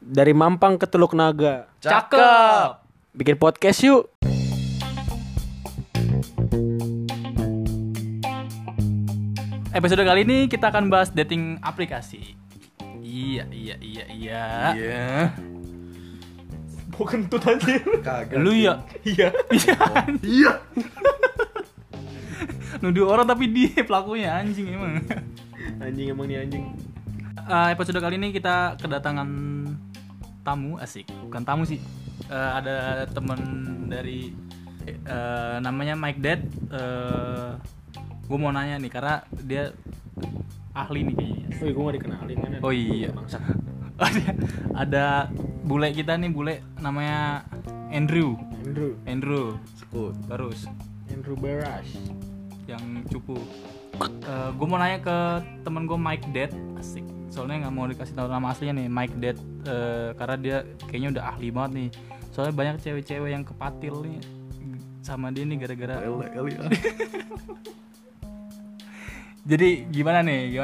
Dari Mampang ke Teluk Naga. Cakep. Bikin podcast yuk. Episode kali ini kita akan bahas dating aplikasi. Iya. Iya. Bukan kentut anjir. Kagak. Lu ya? Iya. Iya. Nuduh orang tapi dia pelakunya, anjing emang. Anjing emang nih anjing. Episode kali ini kita kedatangan tamu, asik. Bukan tamu sih. Ada teman dari namanya Mike Dad. Gue mau nanya nih karena dia ahli nih kayaknya. Wih, gue gak dikenalin kan. Oh iya. Bangsat. Ada bule kita nih, bule namanya Andrew. Sekut. Terus Andrew Beras. yang cupu. Gue mau nanya ke temen gue Mike Dad, asik. Soalnya nggak mau dikasih tahu nama aslinya nih, Mike Dad, karena dia kayaknya udah ahli banget nih. Soalnya banyak cewek-cewek yang kepatil nih sama dia nih gara-gara. Kali ya. Jadi gimana nih?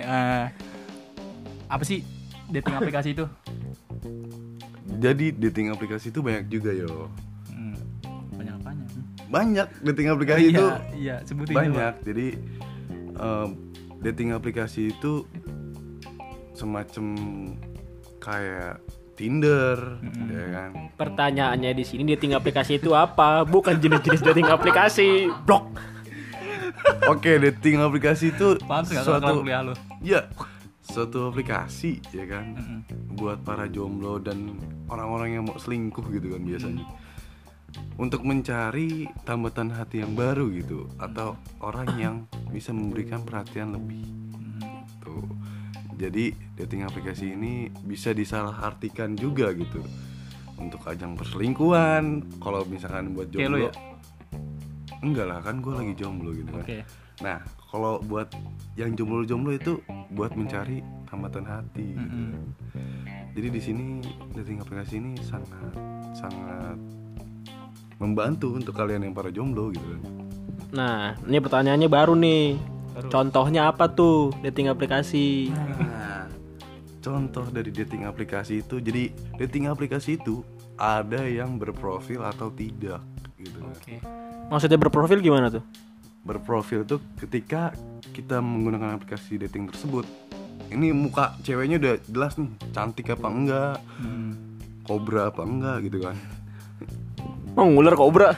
Apa sih dating aplikasi itu? Jadi dating aplikasi itu banyak juga yo. Banyak apanya? Banyak dating aplikasi itu. Iya, sebutin Banyak. Jadi dating aplikasi itu semacam kayak Tinder, ya kan? Pertanyaannya di sini dating aplikasi itu apa? Bukan jenis-jenis dating aplikasi. Blok. Oke, dating aplikasi itu Pantes nggak kalau kuliah lo? ya, suatu aplikasi ya kan, buat para jomblo dan orang-orang yang mau selingkuh gitu kan biasanya, untuk mencari tambatan hati yang baru gitu, atau orang yang bisa memberikan perhatian lebih. Tuh. Jadi dating aplikasi ini bisa disalahartikan juga gitu, untuk ajang perselingkuhan. Kalau misalkan buat Kayak lo jomblo, ya? enggak lah, kan gue lagi jomblo gitu kan. Oke. Nah, kalau buat yang jomblo-jomblo itu buat mencari tambatan hati gitu. Jadi di sini dating aplikasi ini sangat membantu untuk kalian yang para jomblo gitu kan. Nah, ini pertanyaannya baru nih. Contohnya apa tuh dating aplikasi? Nah, contoh dari dating aplikasi itu, jadi dating aplikasi itu ada yang berprofil atau tidak gitu kan. Oke. Maksudnya berprofil gimana tuh? Berprofil tuh ketika kita menggunakan aplikasi dating tersebut, ini muka ceweknya udah jelas nih, cantik apa enggak, kobra apa enggak gitu kan. Oh, ngular kobra.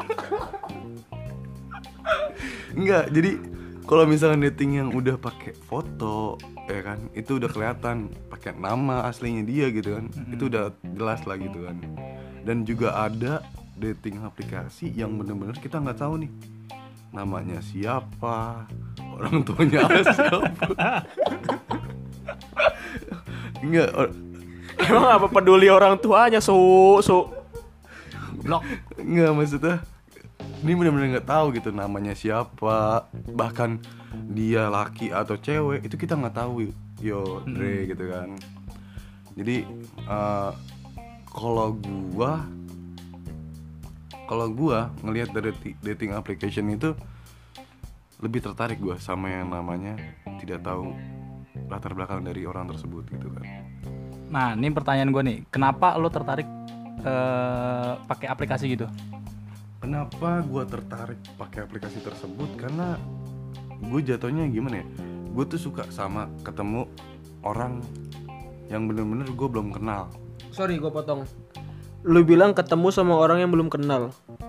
Enggak, jadi kalau misalkan dating yang udah pakai foto, ya kan, itu udah kelihatan pakai nama aslinya dia gitu kan, itu udah jelas lah gitu kan. Dan juga ada dating aplikasi yang bener-bener kita nggak tahu nih namanya siapa, orang tuanya siapa. Enggak, Emang apa peduli orang tuanya, Blok. enggak, maksudnya ini bener-bener nggak tahu gitu namanya siapa, bahkan dia laki atau cewek itu kita nggak tahu yo, Dre gitu kan. Jadi kalau gua ngelihat dari dating application itu lebih tertarik gua sama yang namanya tidak tahu latar belakang dari orang tersebut gitu kan. Nah, ini pertanyaan gue nih. Kenapa lo tertarik pakai aplikasi gitu? Kenapa gue tertarik pakai aplikasi tersebut? Karena gue jatuhnya gimana ya? Gue tuh suka sama ketemu orang yang bener-bener gue belum kenal. Sorry, gue potong. Lu bilang ketemu sama orang yang belum kenal.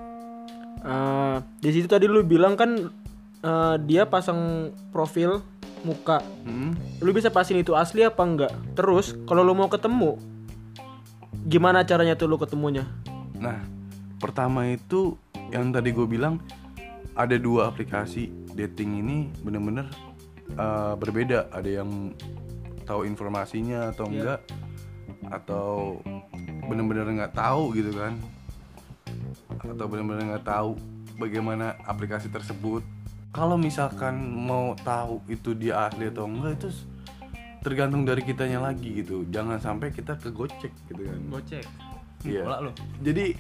Di situ tadi lu bilang kan dia pasang profil muka. Lu bisa pastiin itu asli apa enggak? Terus kalau lu mau ketemu, gimana caranya tuh lu ketemunya? Nah, pertama itu yang tadi gue bilang, ada dua aplikasi dating ini bener-bener berbeda. Ada yang tahu informasinya atau enggak, atau bener-bener nggak tahu gitu kan, atau bener-bener nggak tahu bagaimana aplikasi tersebut. Kalau misalkan mau tahu itu dia asli atau enggak, itu tergantung dari kitanya lagi gitu. Jangan sampai kita kegocek gitu kan. Gocek. Iya. Bola lo. Jadi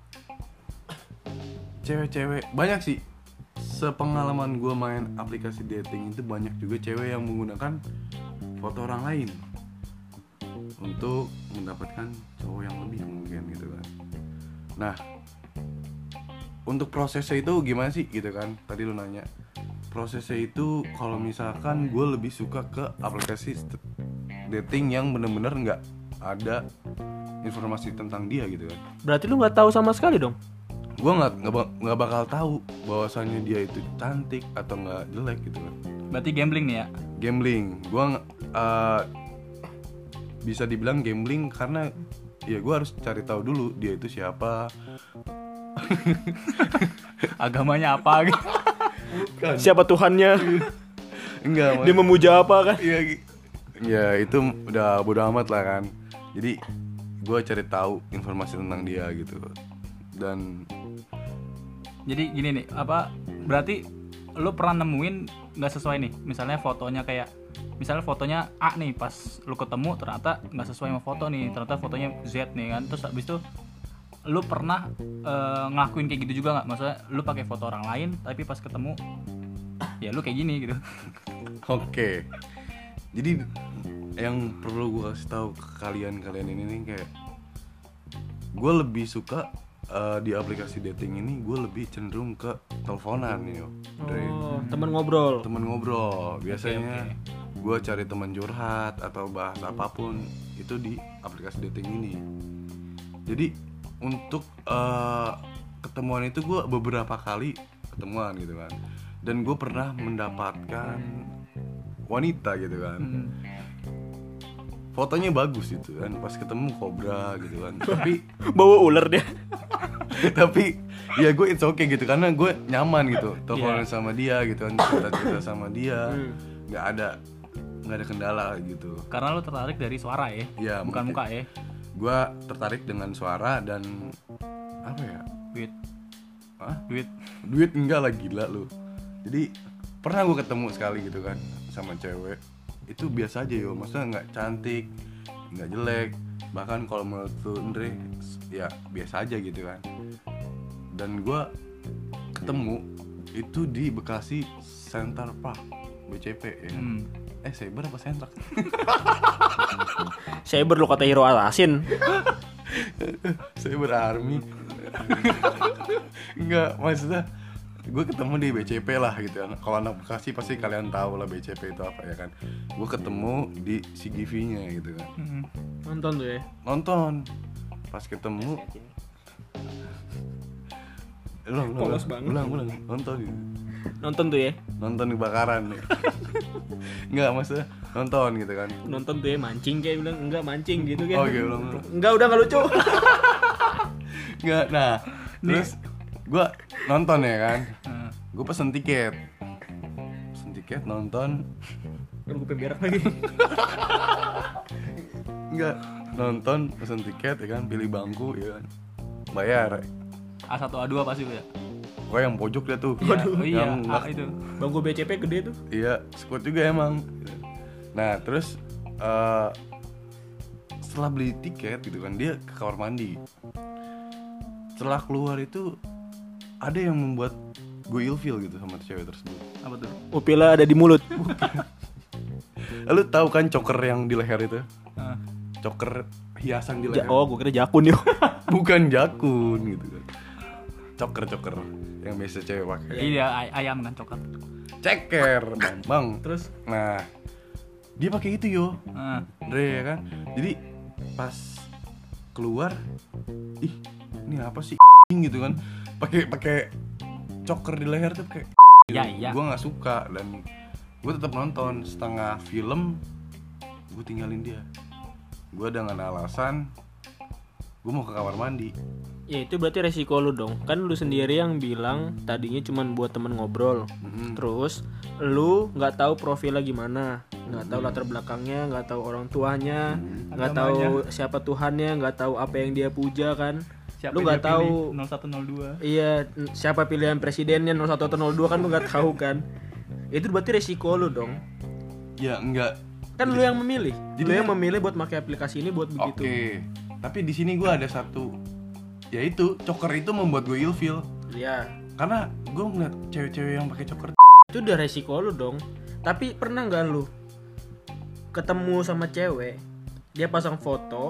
cewek-cewek banyak sih. Sepengalaman gue main aplikasi dating itu banyak juga cewek yang menggunakan foto orang lain untuk mendapatkan cowok yang lebih mungkin gitu kan. Nah, untuk prosesnya itu gimana sih gitu kan? Tadi lu nanya. Prosesnya itu kalau misalkan gue lebih suka ke aplikasi dating yang bener-bener nggak ada informasi tentang dia gitu kan. Berarti lu nggak tahu sama sekali dong. Gue nggak bakal tahu bahwasannya dia itu cantik atau nggak jelek gitu kan. Berarti gambling nih ya. Gambling, gue bisa dibilang gambling karena ya gue harus cari tahu dulu dia itu siapa, Agamanya apa gitu. Siapa Tuhannya? enggak Dia memuja apa kan? ya itu udah bodo amat lah kan. Jadi gue cari tahu informasi tentang dia gitu. Dan Jadi gini nih, apa berarti lu pernah nemuin nggak sesuai nih? Misalnya fotonya kayak, misalnya fotonya A nih, pas lu ketemu ternyata nggak sesuai sama foto nih, ternyata fotonya Z nih kan. Terus habis itu lu pernah ngelakuin kayak gitu juga nggak? Maksudnya lu pakai foto orang lain, tapi pas ketemu ya lu kayak gini gitu. Oke. Jadi yang perlu gue kasih tahu ke kalian ini nih kayak gue lebih suka di aplikasi dating ini gue lebih cenderung ke teleponan yo. Temen ngobrol. Temen ngobrol. Biasanya gue cari teman curhat atau bahas apapun itu di aplikasi dating ini. Jadi untuk ketemuan itu gue beberapa kali ketemuan gitu kan. Dan gue pernah mendapatkan wanita gitu kan. Fotonya bagus gitu kan, pas ketemu kobra gitu kan. Tapi Bawa ular dia. tapi ya gue it's okay gitu karena gue nyaman gitu teleponan sama dia gitu kan, cerita sama dia, nggak ada kendala gitu. Karena lu tertarik dari suara ya, Ya, bukan mungkin. muka ya. Gue tertarik dengan suara dan apa ya? Duit. Hah? Duit. Enggak lah, gila lu. Jadi pernah gue ketemu sekali gitu kan sama cewek. Itu biasa aja yo, maksudnya nggak cantik, nggak jelek, bahkan kalau menurut lu Andre ya biasa aja gitu kan. Dan gue ketemu itu di Bekasi Center Park BCP ya. Cyber apa Center? Cyber lu kata hero assassin. Cyber Army. Enggak, maksudnya gue ketemu di BCP lah gitu kan. Kalau anak Bekasi pasti kalian tahu lah BCP itu apa ya kan. Gue ketemu di CGV-nya gitu kan. Nonton tuh ya. Nonton. Pas ketemu ulang nonton gitu. Nonton tuh ya. Nonton kebakaran ya. Enggak, maksudnya nonton gitu kan. Nonton tuh ya, mancing kayak bilang enggak mancing gitu kan. Oh iya, ulang. Enggak, udah enggak lucu. Enggak, nah terus gue nonton ya kan. Gue pesen tiket nonton. Kan gue pengen berak lagi. Enggak, nonton pesen tiket ya kan, pilih bangku ya kan, bayar. A1 A2 pasti ya. Gue yang pojok dia tuh. Oh iya, Yang A itu. Bangku BCP gede tuh. Iya, squad juga emang. Nah terus setelah beli tiket gitu kan, dia ke kamar mandi. Setelah keluar itu ada yang membuat gue ilfeel gitu sama cewek tersebut. Apa tuh? Upila ada di mulut. Lu tahu kan choker yang di leher itu? Choker hiasan di leher. Oh, gue kira jakun yuk. Bukan jakun gitu kan. Choker yang biasa cewek pakai. Iya, ayam kan coklat. Ceker, Bang. Terus Nah, dia pakai itu yo. Dre ya kan. Jadi pas keluar, ih, ini apa sih gitu kan. Pakai choker di leher tuh kayak Ya, iya. Gue nggak suka dan gue tetap nonton. Setengah film gue tinggalin dia. Gue dengan alasan gue mau ke kamar mandi. ya itu berarti resiko lu dong. Kan lu sendiri yang bilang tadinya cuma buat temen ngobrol. Terus lu nggak tahu profilnya gimana, nggak tahu latar belakangnya, nggak tahu orang tuanya, nggak tahu siapa Tuhannya, nggak tahu apa yang dia puja kan. Siapa Lu nggak tahu 0102. iya siapa pilihan presidennya 01 atau 02 kan lu nggak tahu kan. Itu berarti resiko lu dong. Ya enggak. Kan lu yang memilih. Jadi Lu yang kan- memilih buat pakai aplikasi ini buat begitu. Oke. Tapi di sini gue ada satu, yaitu choker itu membuat gue ilfeel. Iya. Karena gue ngeliat cewek-cewek yang pakai choker. Itu udah resiko lu dong. Tapi pernah nggak lu ketemu sama cewek, dia pasang foto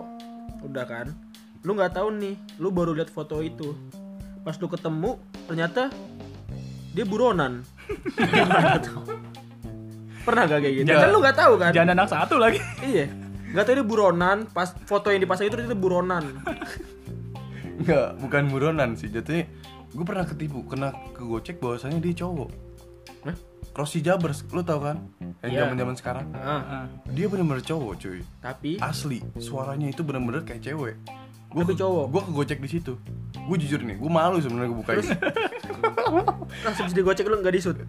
Udah kan, lu nggak tahu nih, lu baru lihat foto itu, pas lu ketemu ternyata dia buronan. Gimana tuh? Pernah gak kayak gitu? Nggak. Kan lu nggak tahu kan? Jangan anak satu lagi. Iya, nggak tahu dia buronan, pas foto yang dipasang itu dia buronan. Enggak, bukan buronan sih. Jatuhnya gue pernah ketipu, kena kegocek bahwasannya dia cowok. Hah? Rossi Jabers, lu tau kan? Yang Iya. zaman-zaman sekarang. Ah, Dia bener-bener cowok, cuy. tapi Asli, suaranya itu bener-bener kayak cewek. Tapi cowok. Gue kegocek di situ. Gue jujur nih, gue malu sebenarnya gue bukain. langsung jadi gocek lu nggak disut.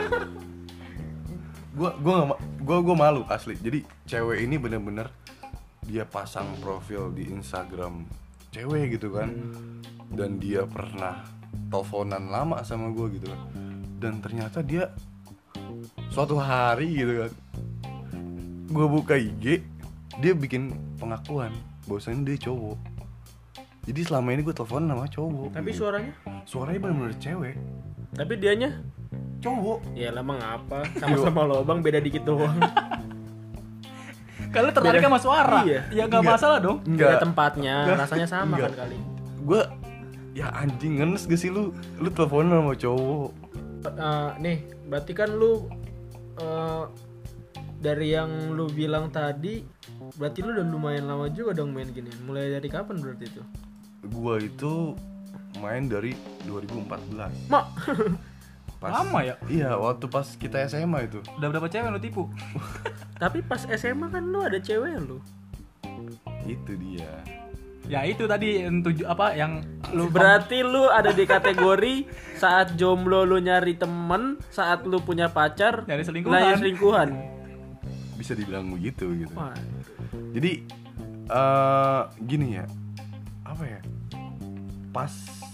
Gue malu asli. Jadi cewek ini bener-bener dia pasang profil di Instagram cewek gitu kan, dan dia pernah teleponan lama sama gue gitu kan, dan ternyata dia suatu hari gitu kan, gue buka IG, dia bikin pengakuan bahwasanya dia cowok. Jadi selama ini gue telepon sama cowok. Tapi gitu. suaranya bener-bener cewek, tapi dianya cowok. ya lama ngapa, sama-sama lobang beda dikit doang. Kalau tertarik sama suara, Iya. ya nggak Enggak. masalah dong. Beda tempatnya, rasanya sama Enggak. kan kali. Gue ya anjing, ngenes gak sih lu teleponan sama cowok. Nih, berarti kan lu dari yang lu bilang tadi, berarti lu udah lumayan lama juga dong main gini. Mulai dari kapan berarti itu? Gua itu main dari 2014. Mak, Lama ya? Iya, waktu pas kita SMA itu. Udah berapa cewek yang lo tipu? tapi pas SMA kan lu ada cewek lu. Itu dia. Ya itu tadi yang yang lu Berarti lu ada di kategori saat jomblo lu nyari temen, saat lu punya pacar Nyari selingkuhan. nyari selingkuhan. Bisa dibilang begitu gitu. Wah, Jadi gini ya. Apa ya? Pas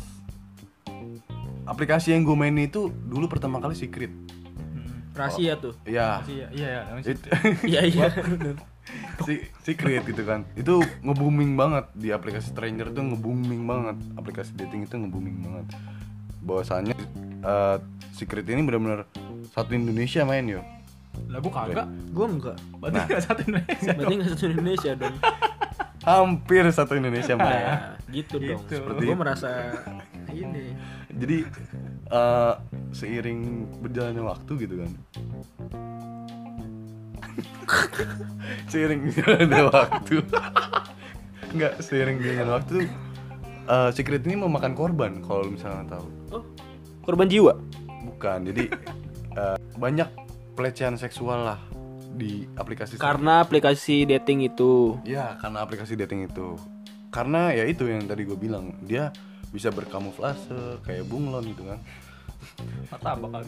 aplikasi yang gue main itu dulu pertama kali Secret. rahasia tuh. Iya. Iya. Itu Iya iya. Secret gitu kan. Itu nge-booming banget di aplikasi Stranger tuh, nge-booming banget. Aplikasi dating itu nge-booming banget. Bahwasanya Secret ini benar-benar satu Indonesia main yo. Lah gua kagak. Gua enggak. Berarti nggak satu Indonesia. Berarti nggak satu Indonesia dong. Hampir satu Indonesia main. Ya, gitu dong. Gitu. Seperti Gua itu. merasa ini. Jadi seiring berjalannya waktu gitu kan. Seiring berjalannya waktu. Enggak, seiring berjalannya waktu Secret ini memakan korban kalau misalnya tahu. Oh, korban jiwa. Bukan, jadi banyak pelecehan seksual lah di aplikasi. Karena aplikasi dating itu. Ya, karena aplikasi dating itu. Karena ya itu yang tadi gue bilang, dia bisa berkamuflase kayak bunglon gitu kan. Martabak kali.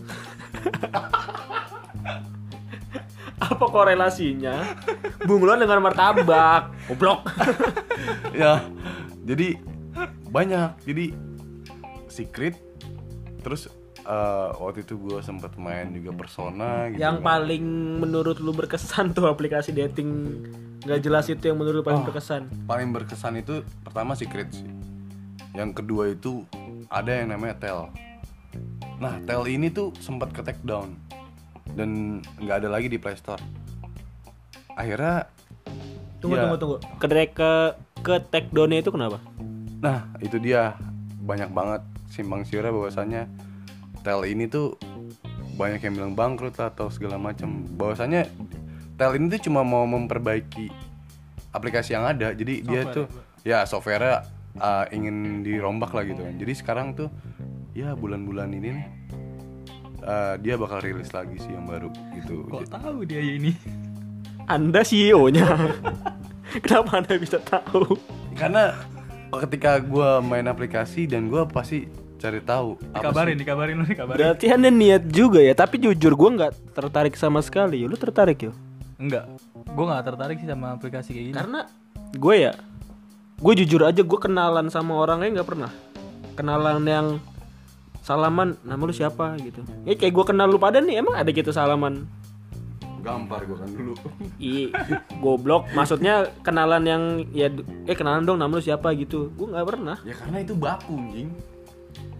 Apa korelasinya bunglon dengan martabak? Goblok. Ya, jadi banyak. Jadi Secret, terus waktu itu gue sempet main juga Persona gitu. Yang kan. paling menurut lu berkesan tuh aplikasi dating nggak jelas itu yang menurut lu paling berkesan. Paling berkesan itu pertama Secret sih. Yang kedua itu ada yang namanya Tel. Nah, Tel ini tuh sempat ke take down dan nggak ada lagi di Play Store. Akhirnya Tunggu. Ke take down-nya itu kenapa? Nah, itu dia, banyak banget simpang siurnya bahwasannya Tel ini tuh banyak yang bilang bangkrut lah atau segala macam. Bahwasannya Tel ini tuh cuma mau memperbaiki aplikasi yang ada. Jadi dia tuh ya software-nya ingin dirombak lah gitu kan. Jadi sekarang tuh ya bulan-bulan ini nih dia bakal rilis lagi sih yang baru gitu. Kok tahu dia ini? Anda CEO-nya. Kenapa Anda bisa tahu? Karena ketika gue main aplikasi dan gue pasti cari tahu apa sih. Dikabarin. Berarti Anda niat juga ya, tapi jujur gue nggak tertarik sama sekali. Lu tertarik ya? Enggak. Gua nggak tertarik sih sama aplikasi kayak gini. Karena gue jujur aja gue kenalan sama orangnya nggak pernah. Kenalan yang salaman, nama lu siapa gitu. Kayak gue kenal lu pada nih, emang ada gitu salaman. Gampar gue kan dulu. Goblok. Maksudnya kenalan yang ya kenalan dong, nama lu siapa gitu. Gue nggak pernah. Ya karena itu baku anjing.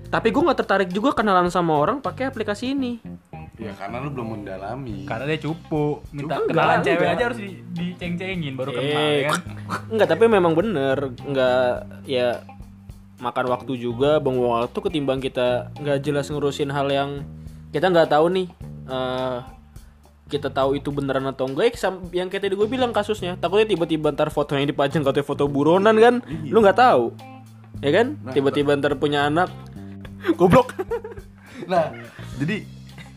Tapi gue nggak tertarik juga kenalan sama orang pakai aplikasi ini. Ya karena lu belum mendalami. Karena dia cupu, minta Cupu kenalan enggak, cewek enggak. aja harus diceng-cengin baru kenal ya kan. Enggak, tapi memang bener nggak ya makan waktu juga, buang waktu ketimbang kita nggak jelas ngurusin hal yang kita nggak tahu nih. Kita tahu itu beneran atau enggak, yang kayak tadi gue bilang kasusnya, takutnya tiba-tiba ntar fotonya dipajang katanya foto buronan kan, lu nggak tahu, ya kan? Tiba-tiba ntar punya anak, goblok. Nah, jadi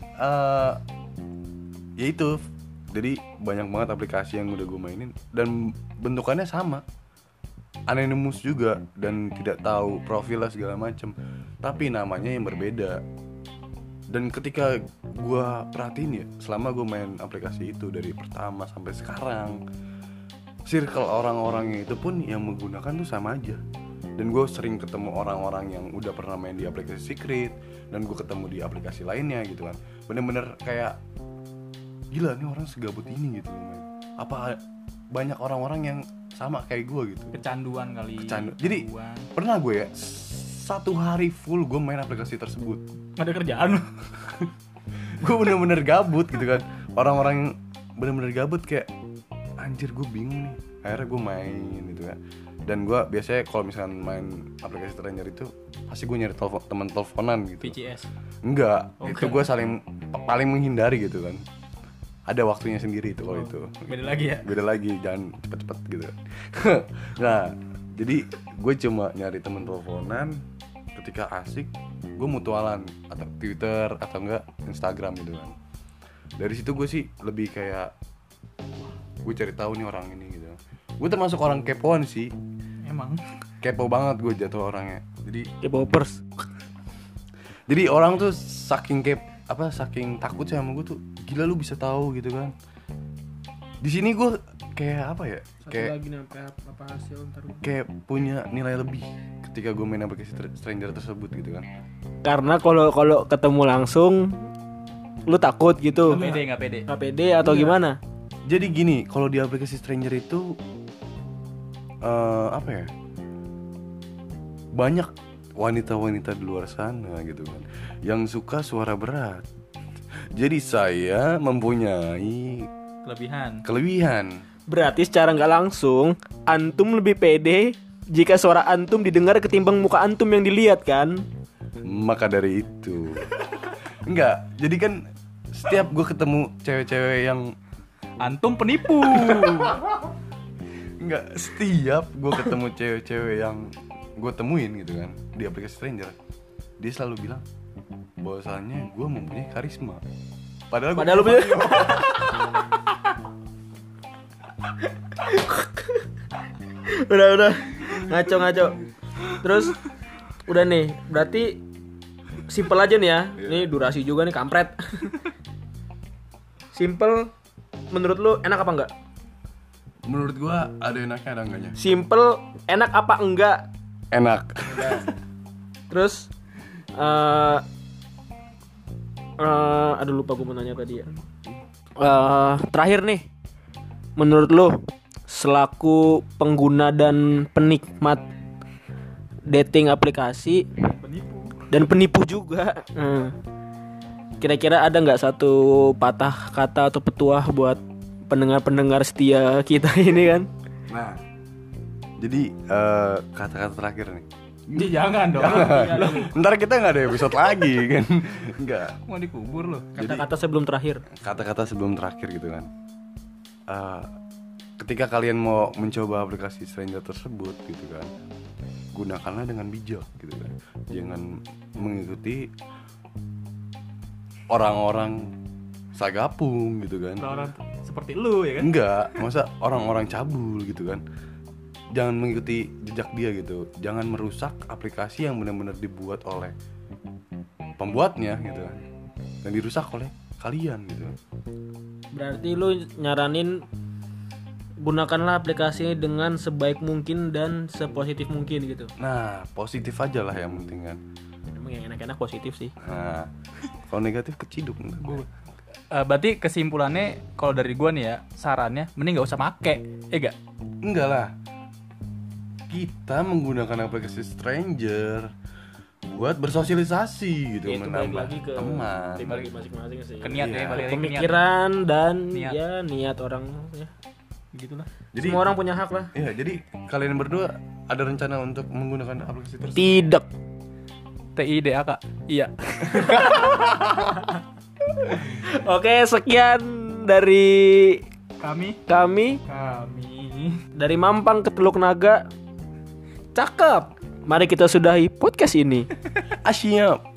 ya itu. Jadi banyak banget aplikasi yang udah gue mainin dan bentukannya sama, anonymous juga dan tidak tahu profilnya segala macem, tapi namanya yang berbeda. Dan ketika gue perhatiin ya, selama gue main aplikasi itu dari pertama sampai sekarang, circle orang-orangnya itu pun yang menggunakan tuh sama aja. Dan gue sering ketemu orang-orang yang udah pernah main di aplikasi Secret, dan gue ketemu di aplikasi lainnya gitu kan. Bener-bener kayak gila nih orang segabut ini gitu main. Apa banyak orang-orang yang sama kayak gue gitu. Kecanduan kali. Jadi pernah gue ya 1 hari full gue main aplikasi tersebut. Nggak ada kerjaan. Gue bener-bener gabut gitu kan. Orang-orang bener-bener gabut kayak anjir gue bingung nih. Akhirnya gue main gitu kan. Dan gue biasanya kalau misalkan main aplikasi Stranger itu pasti gue nyari teman teleponan gitu. VCS. Enggak, itu gue paling menghindari gitu kan. Ada waktunya sendiri itu kalau itu. Beda lagi ya. Beda lagi, jangan cepet-cepet gitu. Nah, jadi gue cuma nyari teman teleponan ketika asik, gue mutualan atau Twitter atau enggak Instagram gitu kan. Dari situ gue sih lebih kayak gue cari tahu nih orang ini gitu. Gue termasuk orang kepoan sih. Emang Kepo banget gue jatuh orangnya. Jadi K-popers. Jadi orang tuh saking takut sama gue tuh, gila lu bisa tahu gitu kan. Di sini gue kayak apa ya? Kayak lagi sampai apa hasil ntar. Kayak punya nilai lebih ketika gue main aplikasi Stranger tersebut gitu kan. Karena kalau ketemu langsung lu takut gitu. nggak pede. Nggak pede atau gimana? Jadi gini, kalau di aplikasi Stranger itu apa ya? Banyak wanita-wanita di luar sana gitu kan yang suka suara berat. Jadi saya mempunyai kelebihan. Berarti secara nggak langsung antum lebih pede jika suara antum didengar ketimbang muka antum yang dilihat kan? Maka dari itu enggak, jadi kan setiap gue ketemu cewek-cewek yang Antum penipu. enggak, setiap gue ketemu cewek-cewek yang gue temuin gitu kan di aplikasi Stranger, dia selalu bilang bahwasannya gue mempunyai karisma. Padahal lu punya. udah ngaco. Terus udah nih, berarti simple aja nih ya. Ini durasi juga nih kampret. Simple, menurut lu enak apa enggak? Menurut gue ada enaknya ada enggaknya. Simple, enak apa enggak? Enak. Terus aduh lupa gue mau nanya tadi ya. Terakhir nih, menurut lo selaku pengguna dan penikmat dating aplikasi dan penipu juga, kira-kira ada nggak satu patah kata atau petuah buat pendengar-pendengar setia kita ini kan? Nah, jadi kata-kata terakhir nih. Jangan dong. Ntar kita nggak ada episode lagi kan? Nggak. Mau dikubur loh. Kata-kata sebelum terakhir. Kata-kata sebelum terakhir gitu kan. Ketika kalian mau mencoba aplikasi Stranger tersebut gitu kan, gunakanlah dengan bijak gitu kan. Jangan mengikuti orang-orang sagapung gitu kan. Orang seperti lu ya kan? Enggak, masa orang-orang cabul gitu kan. Jangan mengikuti jejak dia gitu. Jangan merusak aplikasi yang benar-benar dibuat oleh pembuatnya gitu kan, dan dirusak oleh kalian gitu. Berarti lu nyaranin gunakanlah aplikasi dengan sebaik mungkin dan sepositif mungkin gitu. Nah, positif aja lah yang penting kan. Emang yang enak-enak positif sih. Nah, kalau negatif keciduk gue. Berarti kesimpulannya kalau dari gua nih ya, sarannya mending nggak usah make, gak? Enggak lah. Kita menggunakan aplikasi Stranger buat bersosialisasi gitu, Ya, itu balik menambah lagi ke teman. pribadi masing-masing sih. Ke niat Iya. ya, balik lagi ke niat. Pemikiran dan Niat. ya niat orang ya. Begitulah. Jadi Semua orang punya hak lah. iya, jadi kalian berdua ada rencana untuk menggunakan aplikasi tersebut? Tidak. TIDAK. Iya. Oke, sekian dari Kami kami dari Mampang ke Teluk Naga. Cakep. Mari kita sudahi podcast ini. Siap.